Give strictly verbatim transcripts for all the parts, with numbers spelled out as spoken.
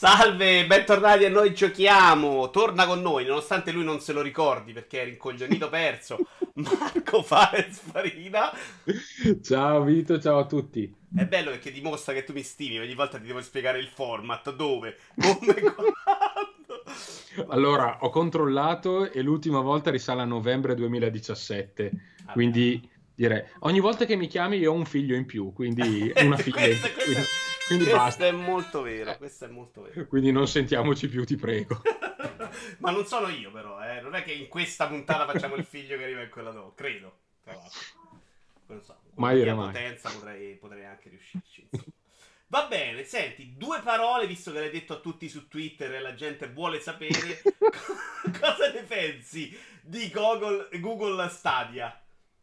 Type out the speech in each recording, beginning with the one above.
Salve, bentornati a Noi Giochiamo. Torna con noi, nonostante lui non se lo ricordi perché è rincoglionito perso. Marco Fares Farina. Ciao Vito, ciao a tutti. È bello perché dimostra che tu mi stimi. Ogni volta ti devo spiegare il format, dove, come, quando. Vabbè. Allora, ho controllato e l'ultima volta risale a novembre duemiladiciassette, Vabbè, allora. quindi direi, ogni volta che mi chiami io ho un figlio in più, quindi una figlia in questo, più, questo, quindi, quindi questo basta. è molto vero. Questo è molto vero. Quindi non sentiamoci più, ti prego. Ma non sono io, però, eh. Non è che in questa puntata facciamo il figlio che arriva in quella dopo. Credo. Tra l'altro. Non so, con la Mai dire mia mai. potenza potrei, potrei anche riuscirci, insomma. Va bene, senti, due parole, visto che l'hai detto a tutti su Twitter e la gente vuole sapere cosa ne pensi di Google, Google Stadia.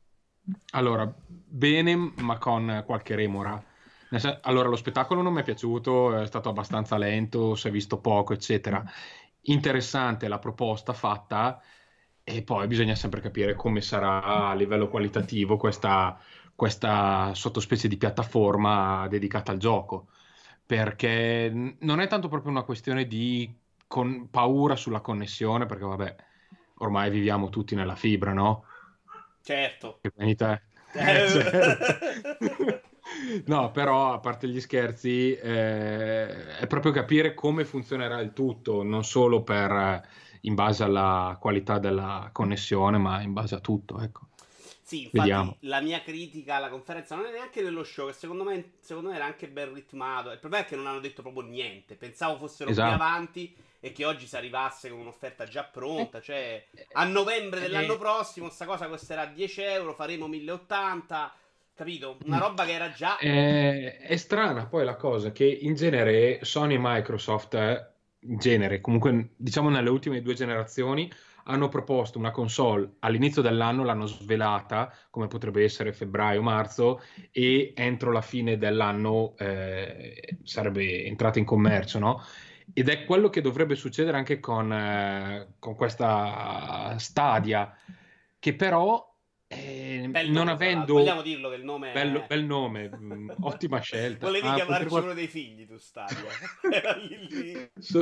Allora, bene, ma con qualche remora. Nel sen- Allora, lo spettacolo non mi è piaciuto, è stato abbastanza lento, si è visto poco, eccetera. Interessante la proposta fatta, e poi bisogna sempre capire come sarà a livello qualitativo questa, questa sottospecie di piattaforma dedicata al gioco, perché n- non è tanto proprio una questione di con- paura sulla connessione, perché vabbè, ormai viviamo tutti nella fibra, no? Certo. Che venite... Eh, certo. Eh. No, però a parte gli scherzi, eh, è proprio capire come funzionerà il tutto, non solo per, eh, in base alla qualità della connessione, ma in base a tutto, ecco. Sì, infatti Vediamo. la mia critica alla conferenza non è neanche dello show, che secondo me, secondo me era anche ben ritmato. Il problema è che non hanno detto proprio niente. Pensavo fossero più Esatto. avanti e che oggi si arrivasse con un'offerta già Eh, pronta. Cioè, a eh, novembre dell'anno eh, prossimo sta cosa costerà dieci euro, faremo mille e ottanta. Capito? Una mm, roba che era già... eh, è strana poi la cosa che in genere Sony e Microsoft, eh, in genere, comunque diciamo nelle ultime due generazioni, hanno proposto una console all'inizio dell'anno, l'hanno svelata, come potrebbe essere febbraio-marzo, e entro la fine dell'anno eh, sarebbe entrata in commercio, no? Ed è quello che dovrebbe succedere anche con, eh, con questa Stadia, che però eh, Bel non nome, tra l'altro. avendo Vogliamo dirlo che il nome bello- è... bel nome, mh, ottima scelta. Volevi Ah, poter chiamarci guard- uno dei figli, tu, Stadia. Era lì lì. So-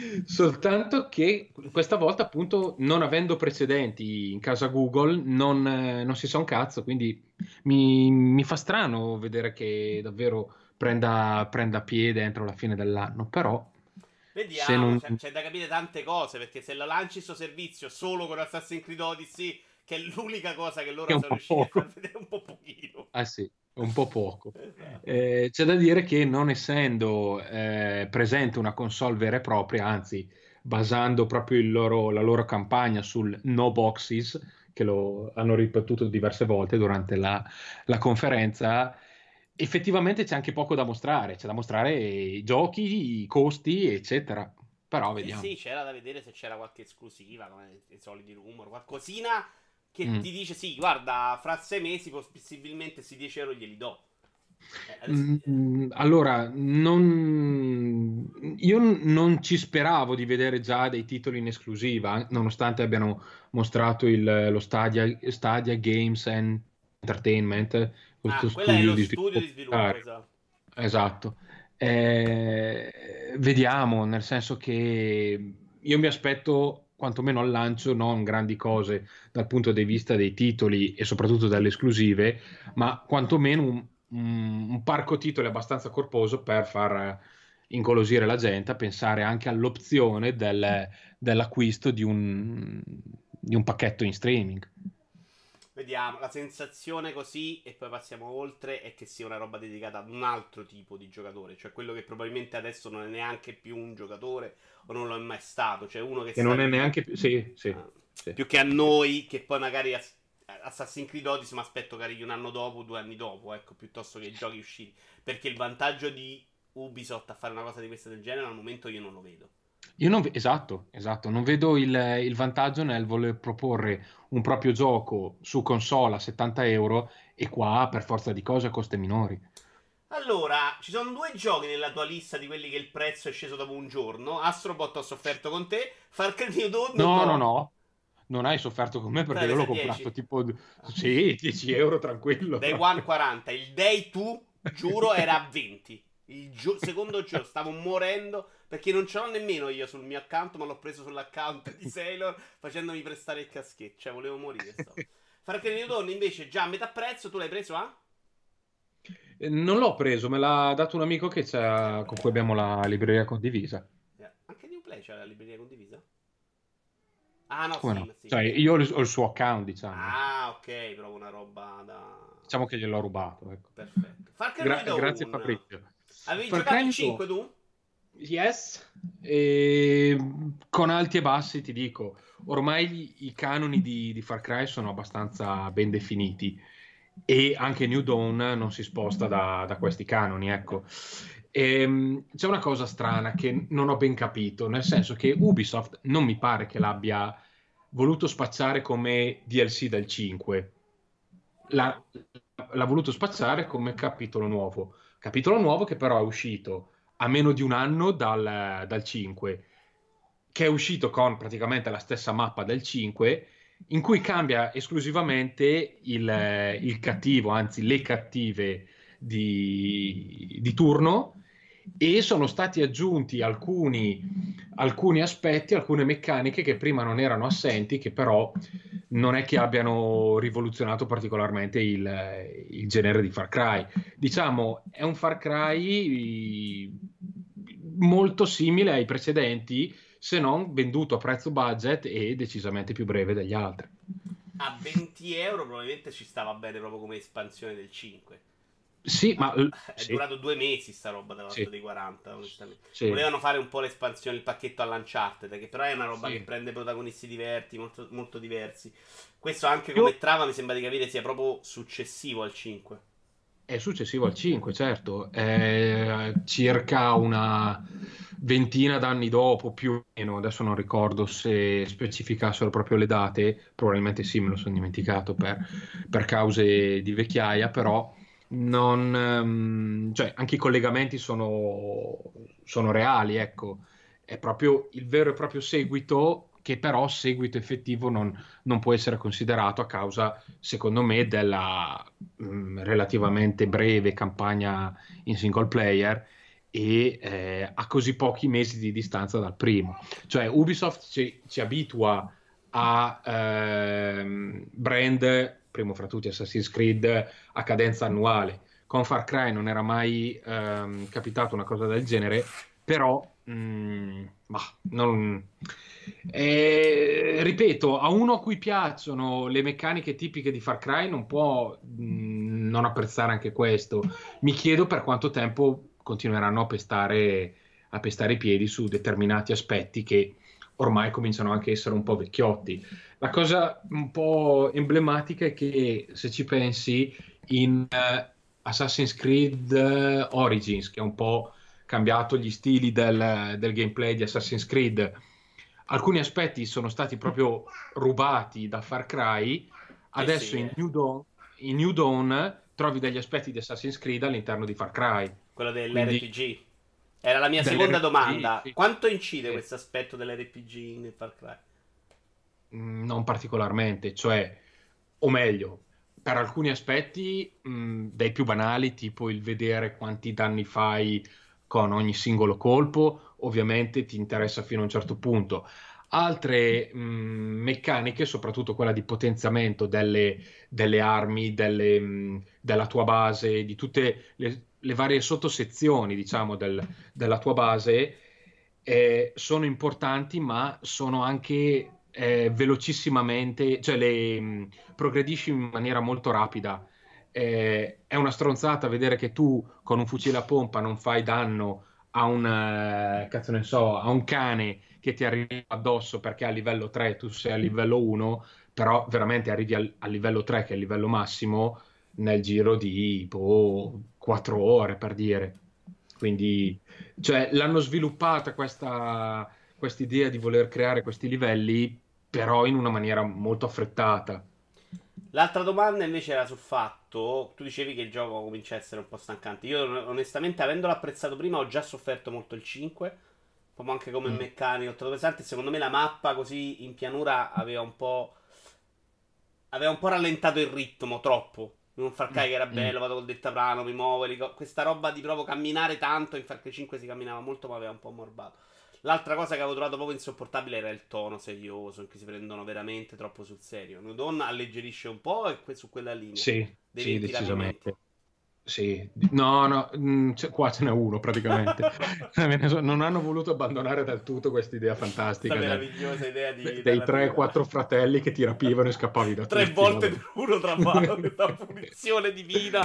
soltanto che questa volta, appunto, non avendo precedenti in casa Google, non, eh, non si sa un cazzo, quindi mi, mi fa strano vedere che davvero prenda, prenda piede entro la fine dell'anno, però se Vediamo, non... c'è, c'è da capire tante cose, perché se la lanci sto servizio solo con Assassin's Creed Odyssey, che è l'unica cosa che è loro un sono po' riusciti a far poco. vedere un po' pochino. Ah sì, un po' poco. Esatto. Eh, c'è da dire che non essendo eh, presente una console vera e propria, anzi, basando proprio il loro- la loro campagna sul no boxes, che lo hanno ripetuto diverse volte durante la, la conferenza, effettivamente c'è anche poco da mostrare. C'è da mostrare i giochi, i costi, eccetera. Però Sì, vediamo. sì, c'era da vedere se c'era qualche esclusiva, come i soliti rumor, qualcosina che Mm. ti dice, sì, guarda, fra sei mesi possibilmente questi dieci euro glieli do. Eh, adesso... Mm, allora, non- io non ci speravo di vedere già dei titoli in esclusiva, nonostante abbiano mostrato il- lo Stadia, Stadia Games and Entertainment, questo Ah, quella è studio lo di studio sviluppo di sviluppo, pubblicitario. esatto. Esatto. Eh, vediamo, nel senso che io mi aspetto quantomeno al lancio non grandi cose dal punto di vista dei titoli e soprattutto delle esclusive, ma quantomeno un, un- un parco titoli abbastanza corposo per far eh, ingolosire la gente a pensare anche all'opzione del- dell'acquisto di un, di un pacchetto in streaming. Vediamo, la sensazione così, e poi passiamo oltre, è che sia una roba dedicata ad un altro tipo di giocatore, cioè quello che probabilmente adesso non è neanche più un giocatore o non lo è mai stato, cioè uno che Che sta non è lì, neanche più... Sì, sì, eh, sì. più che a noi che poi magari Ass- Assassin's Creed Odyssey mi aspetto che arrivi un anno dopo, due anni dopo, ecco, piuttosto che i giochi usciti, perché il vantaggio di Ubisoft a fare una cosa di questa del genere al momento io non lo vedo. Io non, ve- esatto, esatto, non vedo il, il vantaggio nel voler proporre un proprio gioco su console a settanta euro e qua per forza di cose a costi minori. Allora, ci sono due giochi nella tua lista di quelli che il prezzo è sceso dopo un giorno. Astrobot ho sofferto con te. Far Cry New Dawn No, no, no. no, non hai sofferto con me Te perché l'hai io presa l'ho a dieci? comprato tipo, sì, dieci euro tranquillo. Day One quaranta. Il Day due, giuro, era a venti. Il gio- secondo gioco stavo morendo perché non ce l'ho nemmeno io sul mio account, ma l'ho preso sull'account di Sailor facendomi prestare il caschetto. Cioè, volevo morire. Stavo. Far credere Newton invece già a metà prezzo, tu l'hai preso a? Eh, Non l'ho preso, me l'ha dato un amico che Eh, c'ha- beh, con cui abbiamo la libreria condivisa. eh, anche New Play c'è la libreria condivisa? Ah, no, Come sì, no? ma sì. Cioè, io ho il, ho il suo account, diciamo. Ah, ok, proprio una roba da... Diciamo che gliel'ho rubato, ecco. Perfetto. Far Gra- Cry grazie Dawn. Fabrizio. Avevi Far giocato Cry il New cinque tu? Yes, e con alti e bassi ti dico, ormai i canoni di, di Far Cry sono abbastanza ben definiti e anche New Dawn non si sposta da, da questi canoni, ecco. Ehm, c'è una cosa strana che non ho ben capito, nel senso che Ubisoft non mi pare che l'abbia voluto spacciare come D L C del cinque, l'ha, No. l'ha voluto spacciare come capitolo nuovo, capitolo nuovo che però è uscito a meno di un anno dal, dal cinque, che è uscito con praticamente la stessa mappa del cinque, in cui cambia esclusivamente il, il cattivo, anzi le cattive di, di turno, e sono stati aggiunti alcuni, alcuni aspetti, alcune meccaniche che prima non erano assenti, che però non è che abbiano rivoluzionato particolarmente il, il genere di Far Cry. Diciamo, è un Far Cry molto simile ai precedenti, se non venduto a prezzo budget e decisamente più breve degli altri. A venti euro probabilmente ci stava bene proprio come espansione del cinque. Sì, Ma ma l- è sì, durato due mesi sta roba dall'alto sì, dei quaranta, onestamente. sì, Volevano fare un po' l'espansione, il pacchetto all'Uncharted, che però è una roba che sì. prende protagonisti diversi, molto, molto diversi. Questo anche Io come trama mi sembra di capire sia proprio successivo al cinque. È successivo al cinque, certo, è circa una ventina d'anni dopo, più o meno, adesso non ricordo se specificassero proprio le date, probabilmente sì, me lo sono dimenticato per, per cause di vecchiaia, però non, ehm, cioè, anche i collegamenti sono, sono reali, ecco, è proprio il vero e proprio seguito che però seguito effettivo non, non può essere considerato a causa, secondo me, della mh, relativamente breve campagna in single player e eh, a così pochi mesi di distanza dal primo. Cioè Ubisoft ci, ci abitua a ehm, brand, primo fra tutti Assassin's Creed, a cadenza annuale. Con Far Cry non era mai ehm, capitato una cosa del genere, però mh, bah, non... Eh, ripeto, a uno a cui piacciono le meccaniche tipiche di Far Cry non può mh, non apprezzare anche questo. Mi chiedo per quanto tempo continueranno a pestare, a pestare i piedi su determinati aspetti che ormai cominciano anche a essere un po' vecchiotti. La cosa un po' emblematica è che se ci pensi in eh, Assassin's Creed eh, Origins, che è un po' cambiato gli stili del, del gameplay di Assassin's Creed, alcuni aspetti sono stati proprio rubati da Far Cry. Eh Adesso sì, in eh. New Dawn, in New Dawn trovi degli aspetti di Assassin's Creed all'interno di Far Cry. Quello Quindi dell'R P G. Era la mia seconda dell'R P G, domanda. sì, Quanto incide sì. questo aspetto dell'R P G nel Far Cry? Mm, non particolarmente, cioè, o meglio, per alcuni aspetti, mh, dai più banali, tipo il vedere quanti danni fai con ogni singolo colpo, ovviamente ti interessa fino a un certo punto. Altre mh, meccaniche, soprattutto quella di potenziamento delle, delle armi, delle, mh, della tua base, di tutte le, le varie sottosezioni, diciamo, del- della tua base, eh, sono importanti, ma sono anche eh, velocissimamente, cioè le mh, progredisci in maniera molto rapida. Eh, è una stronzata vedere che tu con un fucile a pompa non fai danno a un, eh, cazzo ne so, a un cane che ti arriva addosso perché a livello tre e tu sei a livello uno, però veramente arrivi al, al livello tre, che è il livello massimo, nel giro di boh, quattro ore per dire. Quindi, cioè, l'hanno sviluppata questa idea di voler creare questi livelli, però in una maniera molto affrettata. L'altra domanda invece era sul fatto, tu dicevi che il gioco comincia a essere un po' stancante. Io onestamente, avendolo apprezzato prima, ho già sofferto molto il cinque, proprio anche come Mm. meccanica, ho trovato pesante. Secondo me la mappa così in pianura aveva un po' aveva un po' rallentato il ritmo, troppo. In un Far Cry che era bello, vado col deltaplano, mi muovo, ric- questa roba di proprio camminare tanto, in Far Cry cinque si camminava molto ma aveva un po' ammorbato. L'altra cosa che avevo trovato proprio insopportabile era il tono serioso, in cui si prendono veramente troppo sul serio. Nudon alleggerisce un po' e que- su quella linea. Sì, Dei sì, venti rapimenti. decisamente. Sì, no, no, mh, c'è- qua ce n'è uno praticamente. Me ne so- Non hanno voluto abbandonare del tutto questa idea Questa fantastica del- meravigliosa idea de- di dei narrativa. tre quattro fratelli che ti rapivano e scappavi da Tre tutti. volte Vabbè. per uno tra l'altro, questa punizione divina.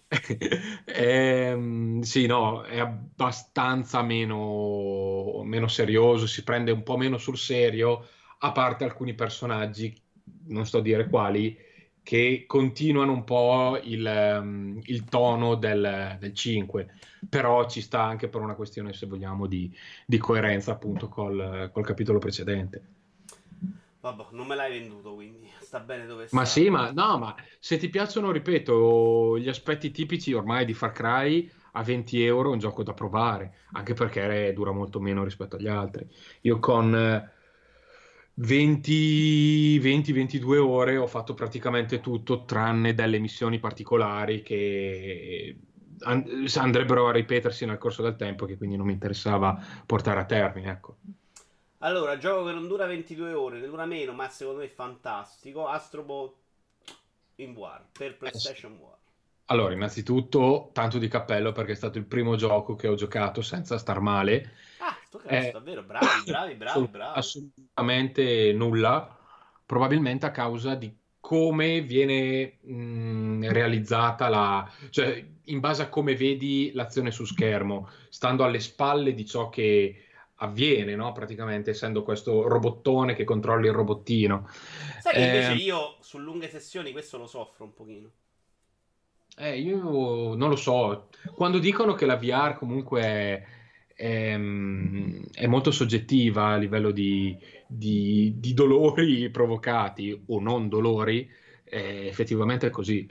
Ehm, sì, no, è abbastanza meno, meno serioso, si prende un po' meno sul serio, a parte alcuni personaggi, non sto a dire quali, che continuano un po' il, ehm, il tono del, del cinque, però ci sta anche per una questione, se vogliamo, di, di coerenza appunto col, col capitolo precedente. Vabbè, non me l'hai venduto quindi. Sta bene dove Ma sta. sì, ma no, ma se ti piacciono, ripeto, gli aspetti tipici ormai di Far Cry a venti euro è un gioco da provare, anche perché dura molto meno rispetto agli altri. Io con eh, venti ventidue ore ho fatto praticamente tutto, tranne delle missioni particolari che an- andrebbero a ripetersi nel corso del tempo, che quindi non mi interessava portare a termine, ecco. Allora, gioco che non dura ventidue ore, ne dura meno, ma secondo me è fantastico. Astrobot in War, per Eh sì. PlayStation War. Allora, innanzitutto, tanto di cappello perché è stato il primo gioco che ho giocato senza star male. Ah, sto cazzo, È davvero, bravi, bravi, bravi, assolut- bravi. assolutamente nulla, probabilmente a causa di come viene mh, realizzata la, cioè in base a come vedi l'azione su schermo, stando alle spalle di ciò che avviene, no? Praticamente essendo questo robottone che controlla il robottino. Sai che invece Eh, io su lunghe sessioni questo lo soffro un pochino. Eh, io non lo so, quando dicono che la V R comunque è, è, è molto soggettiva a livello di, di- di dolori provocati o non dolori, eh, effettivamente è così.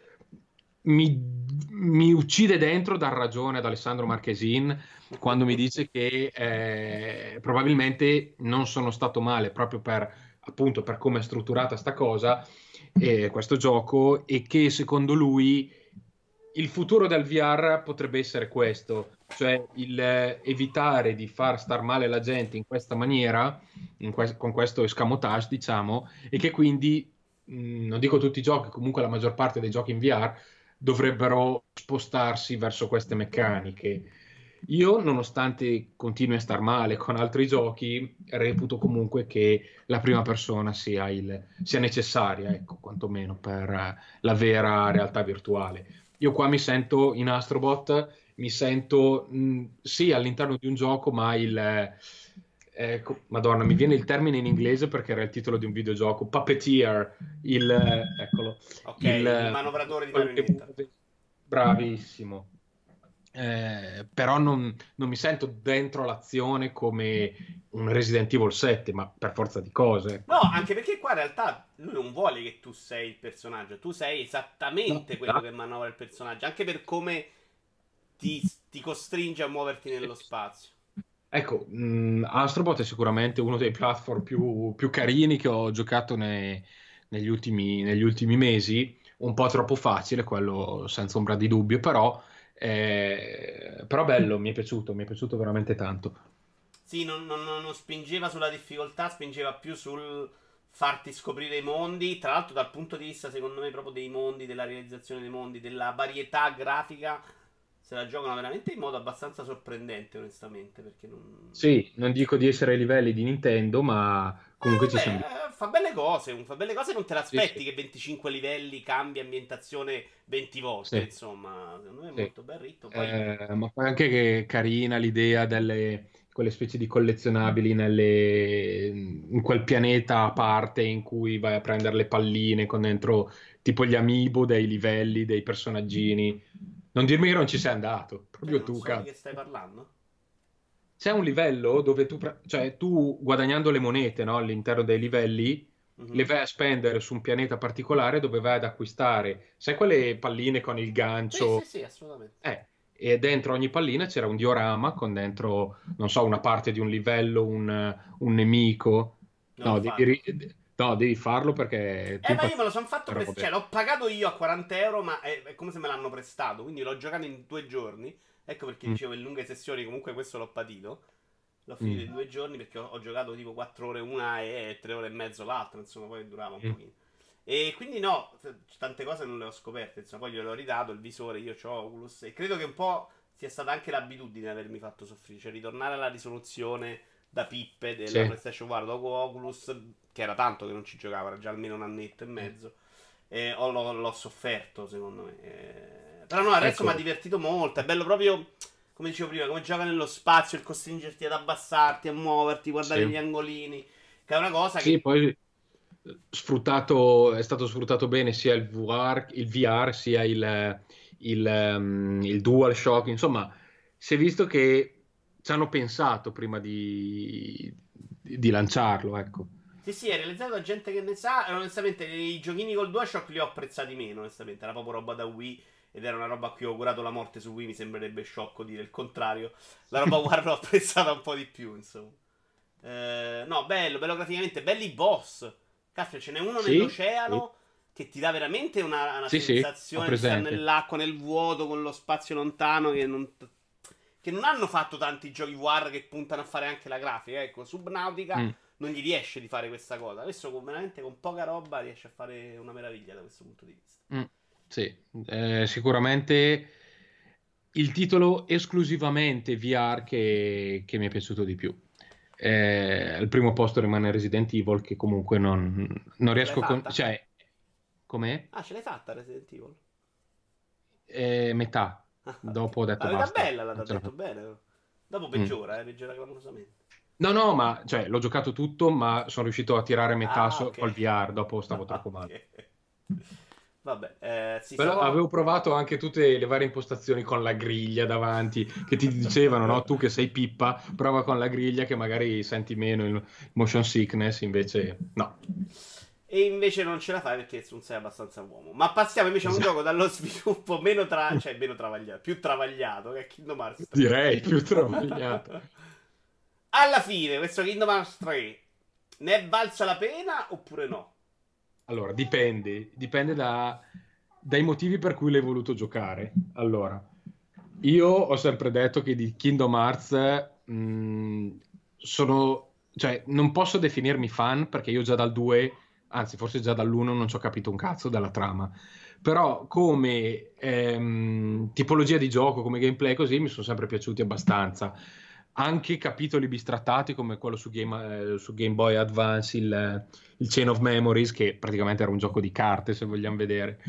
Mi, mi uccide dentro dar ragione ad Alessandro Marchesin quando mi dice che eh, probabilmente non sono stato male proprio per, appunto, per come è strutturata sta cosa, eh, questo gioco, e che secondo lui il futuro del V R potrebbe essere questo, cioè il eh, evitare di far star male la gente in questa maniera, in que- con questo escamotage, diciamo, e che quindi, mh, non dico tutti i giochi, comunque la maggior parte dei giochi in V R dovrebbero spostarsi verso queste meccaniche. Io, nonostante continui a star male con altri giochi, reputo comunque che la prima persona sia, il- sia necessaria, ecco, quantomeno per eh, la vera realtà virtuale. Io qua mi sento in Astrobot, mi sento mh, sì all'interno di un gioco, ma il... eh, ecco, Madonna, mi viene il termine in inglese perché era il titolo di un videogioco, puppeteer, il, eh, eccolo, Ok, il, il eh, manovratore di quello che marionetta. muove, bravissimo. Eh, però non, non mi sento dentro l'azione come un Resident Evil sette, ma per forza di cose, No, ecco. anche perché qua in realtà lui non vuole che tu sei il personaggio, tu sei No, esattamente quello esatto. che manovra il personaggio, anche per come ti, ti costringe a muoverti nello spazio. Ecco, mh, Astrobot è sicuramente uno dei platform più, più carini che ho giocato ne- negli ultimi, negli ultimi mesi, un po' troppo facile, quello senza ombra di dubbio, però, eh, però bello, mi è piaciuto, mi è piaciuto veramente tanto. Sì, non, non- non- non spingeva sulla difficoltà, spingeva più sul farti scoprire i mondi. Tra l'altro, dal punto di vista, secondo me, proprio dei mondi, della realizzazione dei mondi, della varietà grafica, se la giocano veramente in modo abbastanza sorprendente, onestamente. Perché non. Sì, non dico di essere ai livelli di Nintendo, ma comunque Eh, ci siamo. vabbè, eh, fa belle cose. un- Fa belle cose, non te Sì, sì, l'aspetti che venticinque livelli cambia ambientazione venti volte. sì. Insomma, secondo me è Sì. molto ben ritmo. Poi. Eh, ma poi anche che carina l'idea delle quelle specie di collezionabili nelle- in quel pianeta a parte in cui vai a prendere le palline con dentro tipo gli amiibo dei livelli, dei personaggini. Non dirmi che non ci sei andato, Sai che proprio non tu, so di cazzo. che stai parlando? C'è un livello dove tu, pre- cioè tu guadagnando le monete, no, all'interno dei livelli, le Mhm. vai a spendere su un pianeta particolare dove vai ad acquistare, sai quelle palline con il Sì, sì, gancio? sì, assolutamente. Eh, e dentro ogni pallina c'era un diorama con dentro, non so, una parte di un livello, un, un nemico. Non l'ho No, devi fatto. ri- No, devi farlo perché tu Eh, ma io me lo impazzivi sono fatto per roba prestare, cioè vecchia. l'ho pagato io a quaranta euro, ma è, è come se me l'hanno prestato, quindi l'ho giocato in due giorni. Ecco perché Mm, dicevo in lunghe sessioni, comunque questo l'ho patito. L'ho finito mm, in due giorni perché ho, ho giocato tipo quattro ore una e tre ore e mezzo l'altra, insomma, poi durava un mm. pochino. E quindi no, t- tante cose non le ho scoperte, insomma, poi gliel'ho ridato il visore, io ho Oculus e credo che un po' sia stata anche l'abitudine avermi fatto soffrire, cioè ritornare alla risoluzione da pippe della Sì, PlayStation quattro dopo Oculus, che era tanto che non ci giocavo, era già almeno un annetto e sì. mezzo, e ho- l'ho, l'ho sofferto secondo me. Eh, Però no, adesso mi ha Ecco, divertito molto, è bello proprio, come dicevo prima, come gioca nello spazio, il costringerti ad abbassarti, a muoverti, guardare sì. gli angolini, che è una cosa Sì, che... poi eh, sfruttato, è stato sfruttato bene sia il V R, il V R sia il, il, ehm, il DualShock, insomma, si è visto che ci hanno pensato prima di, di lanciarlo, ecco. Sì, sì, è realizzato da gente che ne sa. E onestamente, i giochini col DualShock li ho apprezzati meno. Onestamente, era proprio roba da Wii. Ed era una roba a cui ho augurato la morte su Wii. Mi sembrerebbe sciocco dire il contrario. La roba War l'ho apprezzata un po' di più, insomma. Eh, no, bello, bello graficamente. Belli i boss. Caspita, ce n'è uno Sì, sì, nell'oceano che ti dà veramente una, una sì, sì, ho sensazione di stare presente. nell'acqua, nel vuoto, con lo spazio lontano. Che non, che non hanno fatto tanti giochi War che puntano a fare anche la grafica. Ecco, Subnautica Mm, non gli riesce di fare questa cosa. Adesso con, veramente con poca roba riesce a fare una meraviglia da questo punto di vista. mm, sì, eh, sicuramente il titolo esclusivamente V R che, che mi è piaciuto di più. Eh, al primo posto rimane Resident Evil, che comunque non, non Ce l'hai riesco a... con- fatta? cioè, com'è? Ah, ce l'hai fatta Resident Evil? Eh, metà. Ah, ok. Dopo ho La detto verità basta. bella, Non l'ha ce la detto faccio. bene, però. Dopo Mm. peggiora, eh, peggiora clamorosamente. No, no, ma cioè, l'ho giocato tutto, ma sono riuscito a tirare metà Ah, so- ok. col V R, dopo stavo Ah, troppo male. ok. Vabbè, eh, sì, Però avevo stavo... provato anche tutte le varie impostazioni con la griglia davanti, che ti dicevano, no? Tu che sei pippa, prova con la griglia che magari senti meno il motion sickness, invece no. E invece non ce la fai perché non sei abbastanza uomo. Ma passiamo invece a un Esatto. gioco dallo sviluppo meno tra... cioè meno travagliato, più travagliato, che è Kingdom Hearts tre. Direi più travagliato. Alla fine, questo Kingdom Hearts tre ne è valsa la pena oppure no? Allora, dipende, dipende da- dai motivi per cui l'hai voluto giocare. Allora, io ho sempre detto che di Kingdom Hearts mh, sono, cioè, non posso definirmi fan perché io già dal due, anzi, forse già dall'uno non ci ho capito un cazzo della trama. Però come ehm, tipologia di gioco, come gameplay, così mi sono sempre piaciuti abbastanza. Anche capitoli bistrattati come quello su Game, eh, su Game Boy Advance, il, il Chain of Memories, che praticamente era un gioco di carte, se vogliamo vedere.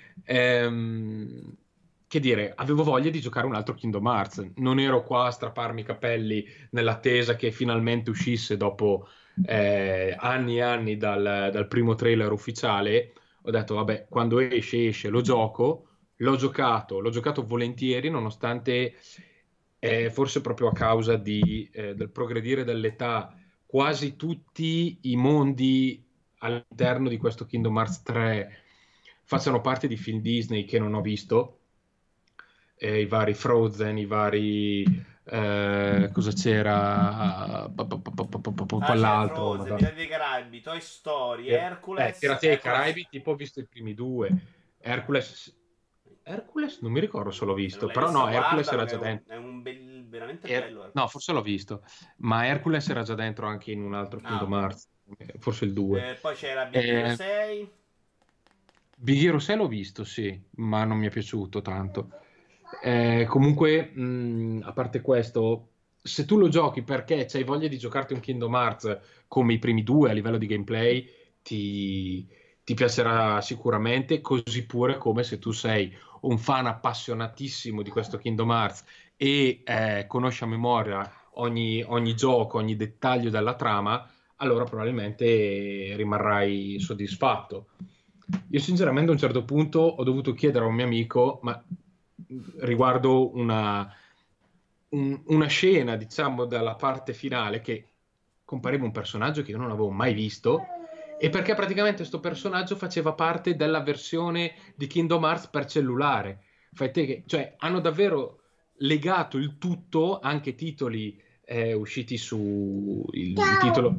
Ehm, che dire, avevo voglia di giocare un altro Kingdom Hearts. Non ero qua a strapparmi i capelli nell'attesa che finalmente uscisse dopo eh, anni e anni dal, dal primo trailer ufficiale. Ho detto, vabbè, quando esce, esce, lo gioco. L'ho giocato, l'ho giocato volentieri, nonostante eh, forse proprio a causa di, eh, del progredire dell'età, quasi tutti i mondi all'interno di questo Kingdom Hearts tre facciano parte di film Disney che non ho visto, eh, i vari Frozen, i vari... eh, cosa c'era? Pa- pa- pa- pa- pa- pa- pa- Ah, c'è Quell'altro, Frozen, Madonna. Pirati dei Caraibi, Toy Story, Pir- eh, Hercules. Pirati dei Hercules. Caraibi, tipo ho visto i primi due. Hercules... Hercules non mi ricordo se l'ho Se non visto, l'hai però visto, no, Hercules guardalo, era che è già un, dentro. è un bel- veramente Er- bello No, Hercules. forse l'ho visto, ma Hercules era già dentro anche in un altro Ah, Kingdom ok. Hearts, eh, forse il due. Eh, poi c'era Big Hero Eh, sei. Big Hero sei l'ho visto, sì, ma non mi è piaciuto tanto. Eh, comunque, mh, a parte questo, se tu lo giochi perché c'hai voglia di giocarti un Kingdom Hearts come i primi due a livello di gameplay, ti, ti piacerà sicuramente, così pure come se tu sei un fan appassionatissimo di questo Kingdom Hearts e eh, conosci a memoria ogni, ogni gioco, ogni dettaglio della trama, allora probabilmente rimarrai soddisfatto. Io sinceramente a un certo punto ho dovuto chiedere a un mio amico, ma riguardo una, un- una scena, diciamo, dalla parte finale che compariva un personaggio che io non avevo mai visto e perché praticamente questo personaggio faceva parte della versione di Kingdom Hearts per cellulare. Fai te che, cioè, hanno davvero legato il tutto, anche titoli eh, usciti su il, il titolo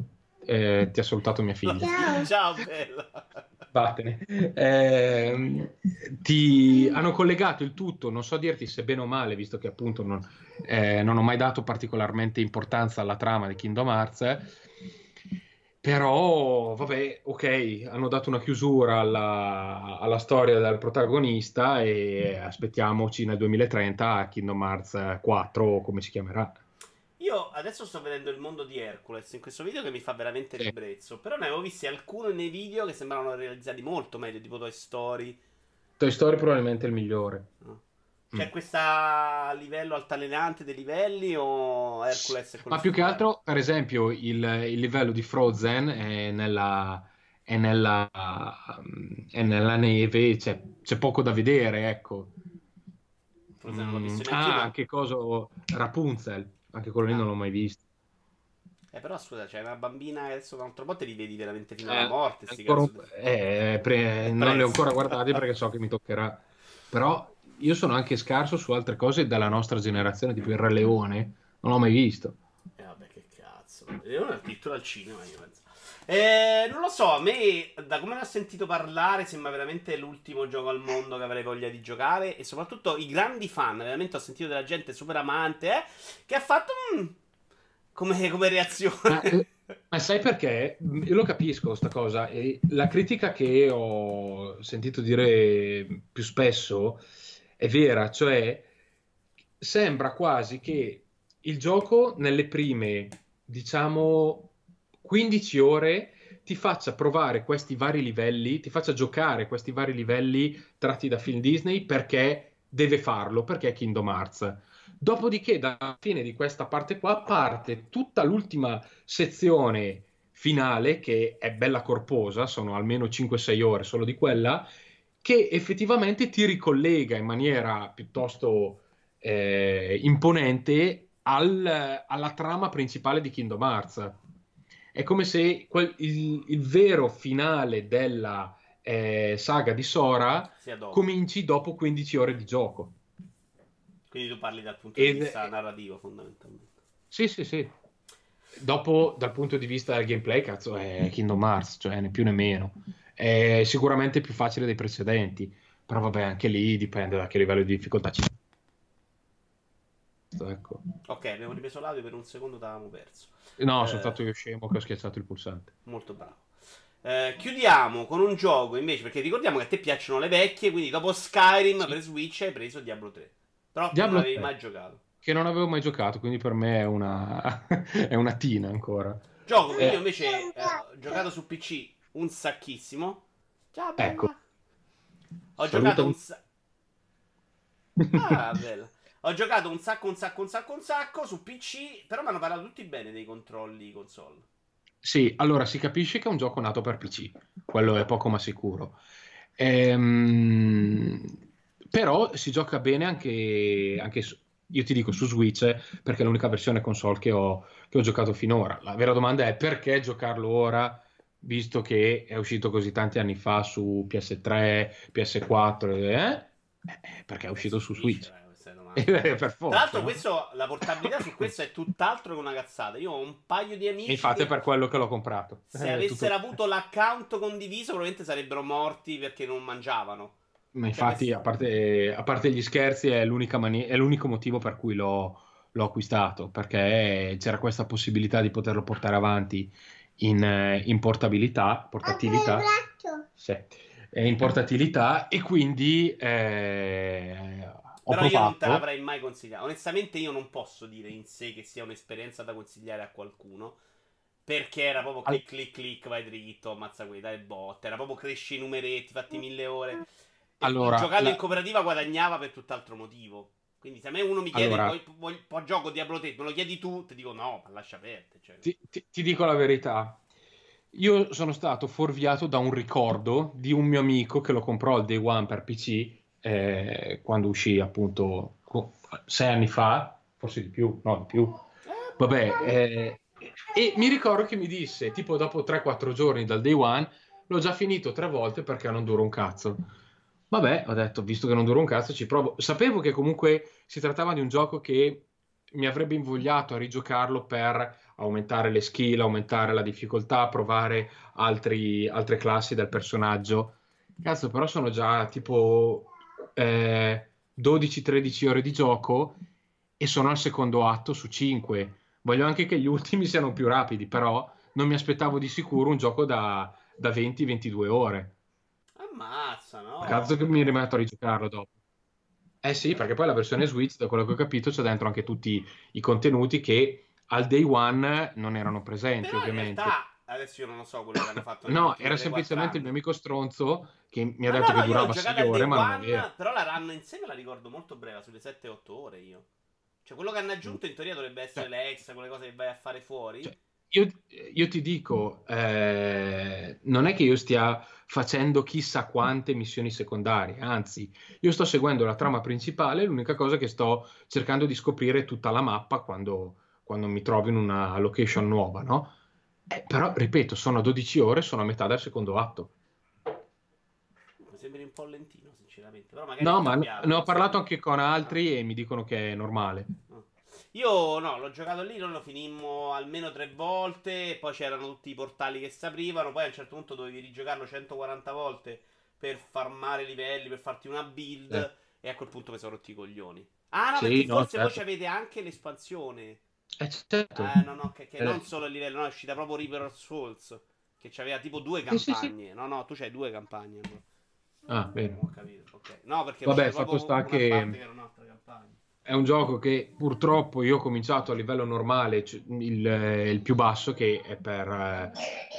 Eh, ti ha salutato mia figlia. Ciao, ciao bella. Vattene. Eh, ti hanno collegato il tutto, non so dirti se bene o male, visto che appunto non, eh, non ho mai dato particolarmente importanza alla trama di Kingdom Hearts, però vabbè, ok, hanno dato una chiusura alla, alla storia del protagonista e aspettiamoci nel duemilatrenta Kingdom Hearts quattro, come si chiamerà. Io adesso sto vedendo il mondo di Hercules in questo video che mi fa veramente Sì. ribrezzo. Però ne avevo visti alcuni nei video che sembravano realizzati molto meglio, tipo Toy Story. Toy Story probabilmente è il migliore. No? Mm. C'è questa livello altalenante dei livelli o Hercules è quello Ma più che stupendo? altro, per esempio, il, il livello di Frozen è nella, è nella, è nella neve, c'è, c'è poco da vedere, ecco. Forse non l'ho Mm, visto neanche io, ah, ma... anche coso Rapunzel, anche quello lì non Ah. l'ho mai visto. Eh, però scusa, c'è una bambina che adesso da un altro po' te li vedi veramente fino alla Eh, morte, sti ancora un- cazzo di... eh, pre- È non li ho presto. ancora guardati perché so che mi toccherà. Però io sono anche scarso su altre cose della nostra generazione, tipo il Re Leone, non l'ho mai visto. E vabbè, che cazzo. Io addirittura al cinema, io penso. Eh, non lo so, a me, da come ne ho sentito parlare, sembra veramente l'ultimo gioco al mondo che avrei voglia di giocare. E soprattutto i grandi fan, veramente ho sentito della gente super amante, eh, che ha fatto... mm, come, come Ma, reazione. eh, ma sai perché? Io lo capisco sta cosa. E la critica che ho sentito dire più spesso è vera, cioè sembra quasi che il gioco nelle prime, diciamo, quindici ore ti faccia provare questi vari livelli, ti faccia giocare questi vari livelli tratti da film Disney perché deve farlo, perché è Kingdom Hearts. Dopodiché, dalla fine di questa parte qua, parte tutta l'ultima sezione finale, che è bella corposa, sono almeno cinque sei ore solo di quella, che effettivamente ti ricollega in maniera piuttosto eh, imponente al- alla trama principale di Kingdom Hearts. È come se quel- il, il vero finale della eh, saga di Sora Sia dopo. cominci dopo quindici ore di gioco. Quindi tu parli dal punto di Ed, vista eh, narrativo, fondamentalmente. sì, sì, sì. Dopo, dal punto di vista del gameplay, cazzo, è Kingdom Hearts, cioè né più né meno. È sicuramente più facile dei precedenti, però vabbè, anche lì dipende da che livello di difficoltà c'è. Ecco. Ok, abbiamo ripreso l'audio per un secondo, t'avevamo perso. No, sono Eh, stato io scemo che ho schiacciato il pulsante. molto bravo. Eh, chiudiamo con un gioco invece, perché ricordiamo che a te piacciono le vecchie, quindi dopo Skyrim Sì. per Switch hai preso Diablo tre. Però tu non Diablo avevi tre, mai giocato. che non avevo mai giocato, quindi per me è una, è una tina ancora. Gioco che io Eh, invece eh, ho giocato su P C un sacchissimo. Ciao ecco, bella. Ho giocato un salutami. sacco. Ah, bella. Ho giocato un sacco, un sacco, un sacco, un sacco su P C, però mi hanno parlato tutti bene dei controlli console. Sì, allora si capisce che è un gioco nato per P C, quello è poco ma sicuro. Ehm, però si gioca bene anche, anche su- io ti dico su Switch, eh, perché è l'unica versione console che ho, che ho giocato finora. La vera domanda è perché giocarlo ora, visto che è uscito così tanti anni fa su P S tre, P S quattro, eh? Eh, perché è Vabbè, uscito su su Switch, Switch. eh, questa è la domanda. Eh, per Tra forza, l'altro, no? questo, la portabilità su questo è tutt'altro che una cazzata. Io ho un paio di E amici infatti è che per quello che l'ho comprato. se Eh, tutto- avessero avuto l'account condiviso probabilmente sarebbero morti perché non mangiavano. Ma Cioè, infatti, questo... a parte, a parte gli scherzi, è l'unica mani- è l'unico motivo per cui l'ho, l'ho acquistato, perché c'era questa possibilità di poterlo portare avanti in, eh, in portabilità, portatilità, sì, eh, in portatilità, e quindi eh, ho Però io non te provato. l'avrei mai consigliato. Onestamente, io non posso dire in sé che sia un'esperienza da consigliare a qualcuno. Perché era proprio Al- clic clic clic, vai dritto, ammazza quelli, dai botte. Era proprio cresci i numeretti, fatti mille ore. E allora, giocando in la- cooperativa guadagnava per tutt'altro motivo. Quindi se a me uno mi chiede, allora poi, poi, poi gioco Diablo tre, me lo chiedi tu, ti dico no, ma lascia perdere. Cioè. ti, ti- ti dico la verità. Io sono stato fuorviato da un ricordo di un mio amico che lo comprò al day one per P C eh, quando uscì appunto co- sei anni fa, forse di più, no, di più. Vabbè, eh, e mi ricordo che mi disse, tipo dopo tre quattro giorni dal day one, l'ho già finito tre volte perché non dura un cazzo. Vabbè, ho detto, visto che non dura un cazzo, ci provo. Sapevo che comunque si trattava di un gioco che mi avrebbe invogliato a rigiocarlo per aumentare le skill, aumentare la difficoltà, provare altri, altre classi del personaggio. Cazzo, però sono già tipo eh, dodici tredici ore di gioco e sono al secondo atto su cinque. Voglio anche che gli ultimi siano più rapidi, però non mi aspettavo di sicuro un gioco da, da venti ventidue ore. Ammazza, Cazzo no? che mi rimetto a rigiocarlo dopo. Eh sì, perché poi la versione Switch, da quello che ho capito, c'è dentro anche tutti i contenuti che al day one non erano presenti, Però in ovviamente. realtà, adesso io non lo so quello che hanno fatto negli No, ultimi era tre quattro semplicemente il mio anni. amico stronzo che mi ha Ma no, detto no, che io l'ho durava sei giocata al ore, day ma non è vero. one, però la run in sé me la ricordo molto breve, sulle sette otto ore io. Cioè, quello che hanno aggiunto in teoria dovrebbe essere Cioè, le extra, quelle cose che vai a fare fuori. cioè, io, io ti dico, eh, non è che io stia facendo chissà quante missioni secondarie, anzi, io sto seguendo la trama principale, l'unica cosa è che sto cercando di scoprire tutta la mappa quando, quando mi trovo in una location nuova, no? Eh, però, ripeto, sono dodici ore, sono a metà del secondo atto. Mi sembri un po' lentino, sinceramente. Però magari è No, ma n- cambiato, ne ho non parlato segui. anche con Ah. altri e mi dicono che è normale. Ah. Io no, l'ho giocato lì, non lo finimmo almeno tre volte, poi c'erano tutti i portali che si aprivano, poi a un certo punto dovevi rigiocarlo centoquaranta volte per farmare livelli, per farti una Eh, build, e a quel punto mi sono rotti i coglioni. Ah no, perché sì, no, forse voi certo. avete anche l'espansione. Eh, certo. Eh no, no, che, che non Eh, solo il livello, no, è uscita proprio Reaper of Souls, che c'aveva tipo due sì, sì, sì. campagne. No, no, tu c'hai due campagne. No? Ah, Non bene. ho capito, ok. No, perché è Vabbè, uscita fatto proprio sta una parte che che era un'altra campagna. è un gioco che purtroppo io ho cominciato a livello normale, cioè il, eh, il più basso, che è per eh,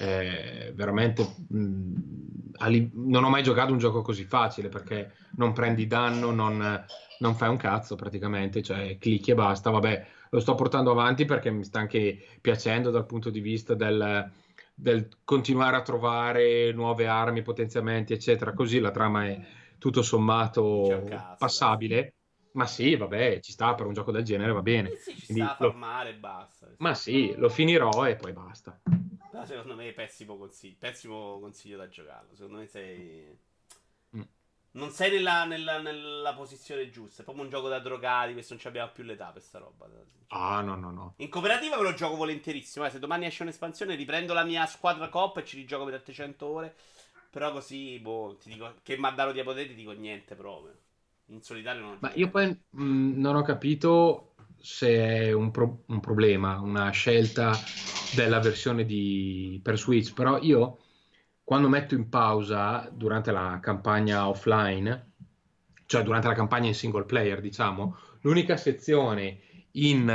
eh, veramente... mh, a li- non ho mai giocato un gioco così facile perché non prendi danno, non, non fai un cazzo praticamente, cioè clicchi e basta. Vabbè, lo sto portando avanti perché mi sta anche piacendo dal punto di vista del, del continuare a trovare nuove armi, potenziamenti, eccetera. Così la trama è tutto Non c'è un sommato cazzo, dai. passabile. Ma sì, vabbè, ci sta per un gioco del genere, va bene. Eh sì, ci sta Quindi a lo- farmare e basta. ma sì, lo finirò e poi basta. Però secondo me è pessimo consiglio, pessimo consiglio da giocarlo. Secondo me sei... Mm. Non sei nella, nella- nella posizione giusta. È proprio un gioco da drogati. Questo non ci abbiamo più l'età per sta roba. Ah, no, no, no. In cooperativa ve lo gioco volentierissimo. Eh. Se domani esce un'espansione, riprendo la mia squadra coop e ci rigioco per settecento ore. Però così, boh, ti dico che mi ha dato di potere, ti dico niente proprio. In solitario non Ma gioco io niente. poi mh, non ho capito se è un, pro- un problema, una scelta della versione di, per Switch, però io quando metto in pausa durante la campagna offline, cioè durante la campagna in single player, diciamo, l'unica sezione in,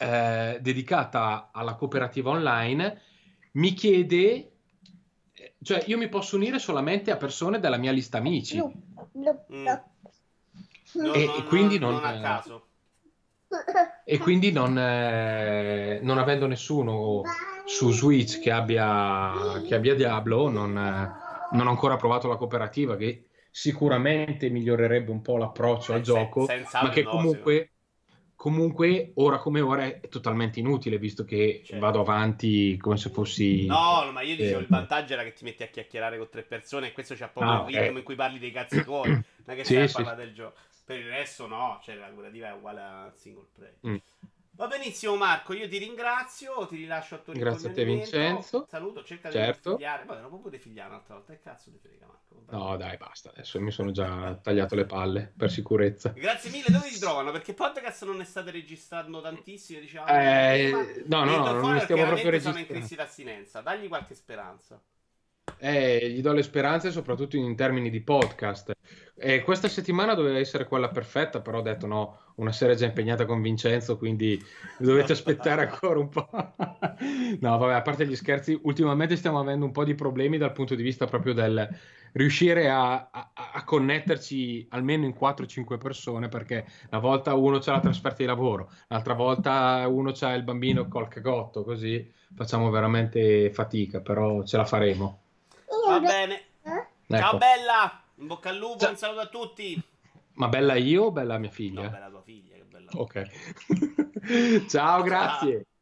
eh, dedicata alla cooperativa online mi chiede, cioè io mi posso unire solamente a persone della mia lista amici. Mm. No, E, no, e quindi no, non, non a caso. e quindi non, eh, non avendo nessuno su Switch che abbia, che abbia Diablo, non, eh, non ho ancora provato la cooperativa, che sicuramente migliorerebbe un po' l'approccio al Eh, se- gioco, ma senz'altro che no, secondo comunque, comunque ora come ora è totalmente inutile, visto che vado certo. avanti come se fossi... No, no, ma io dicevo eh, il vantaggio era che ti metti a chiacchierare con tre persone e questo c'ha proprio il ah, ritmo ok. in cui parli dei cazzi tuoi, non è che stai Sì, a sì. parlare del gioco. Per il resto no, cioè la curativa è uguale al single player. Mm. Va benissimo Marco, io ti ringrazio, ti rilascio al tuo Grazie a te, rincoglionimento. Vincenzo. Saluto, cerca di non Certo. figliare. Vabbè, non puoi figliare un'altra volta, che cazzo ti frega Marco? Vai. No, dai, basta. Adesso mi sono già tagliato le palle per sicurezza. Grazie mille, dove ti trovano? Perché podcast non ne state registrando tantissimi, dicevamo prima. Eh, no, no, Mi no, detto non fuori ne perché stiamo proprio veramente sono in registrando. crisi d'astinenza. Dagli qualche speranza. Eh, gli do le speranze soprattutto in termini di podcast. E questa settimana doveva essere quella perfetta, però ho detto no, una sera è già impegnata con Vincenzo, quindi dovete aspettare ancora un po'. No, vabbè, a parte gli scherzi, ultimamente stiamo avendo un po' di problemi dal punto di vista proprio del riuscire a, a- a connetterci almeno in quattro cinque persone, perché una volta uno c'ha la trasferta di lavoro, l'altra volta uno c'ha il bambino col cagotto, così facciamo veramente fatica, però ce la faremo. Va bene. Ciao Ecco. bella, in bocca al lupo, un Ciao. saluto a tutti. Ma bella io o bella mia No, figlia? bella tua figlia, che bella tu. Ok. Ciao, Ciao. grazie.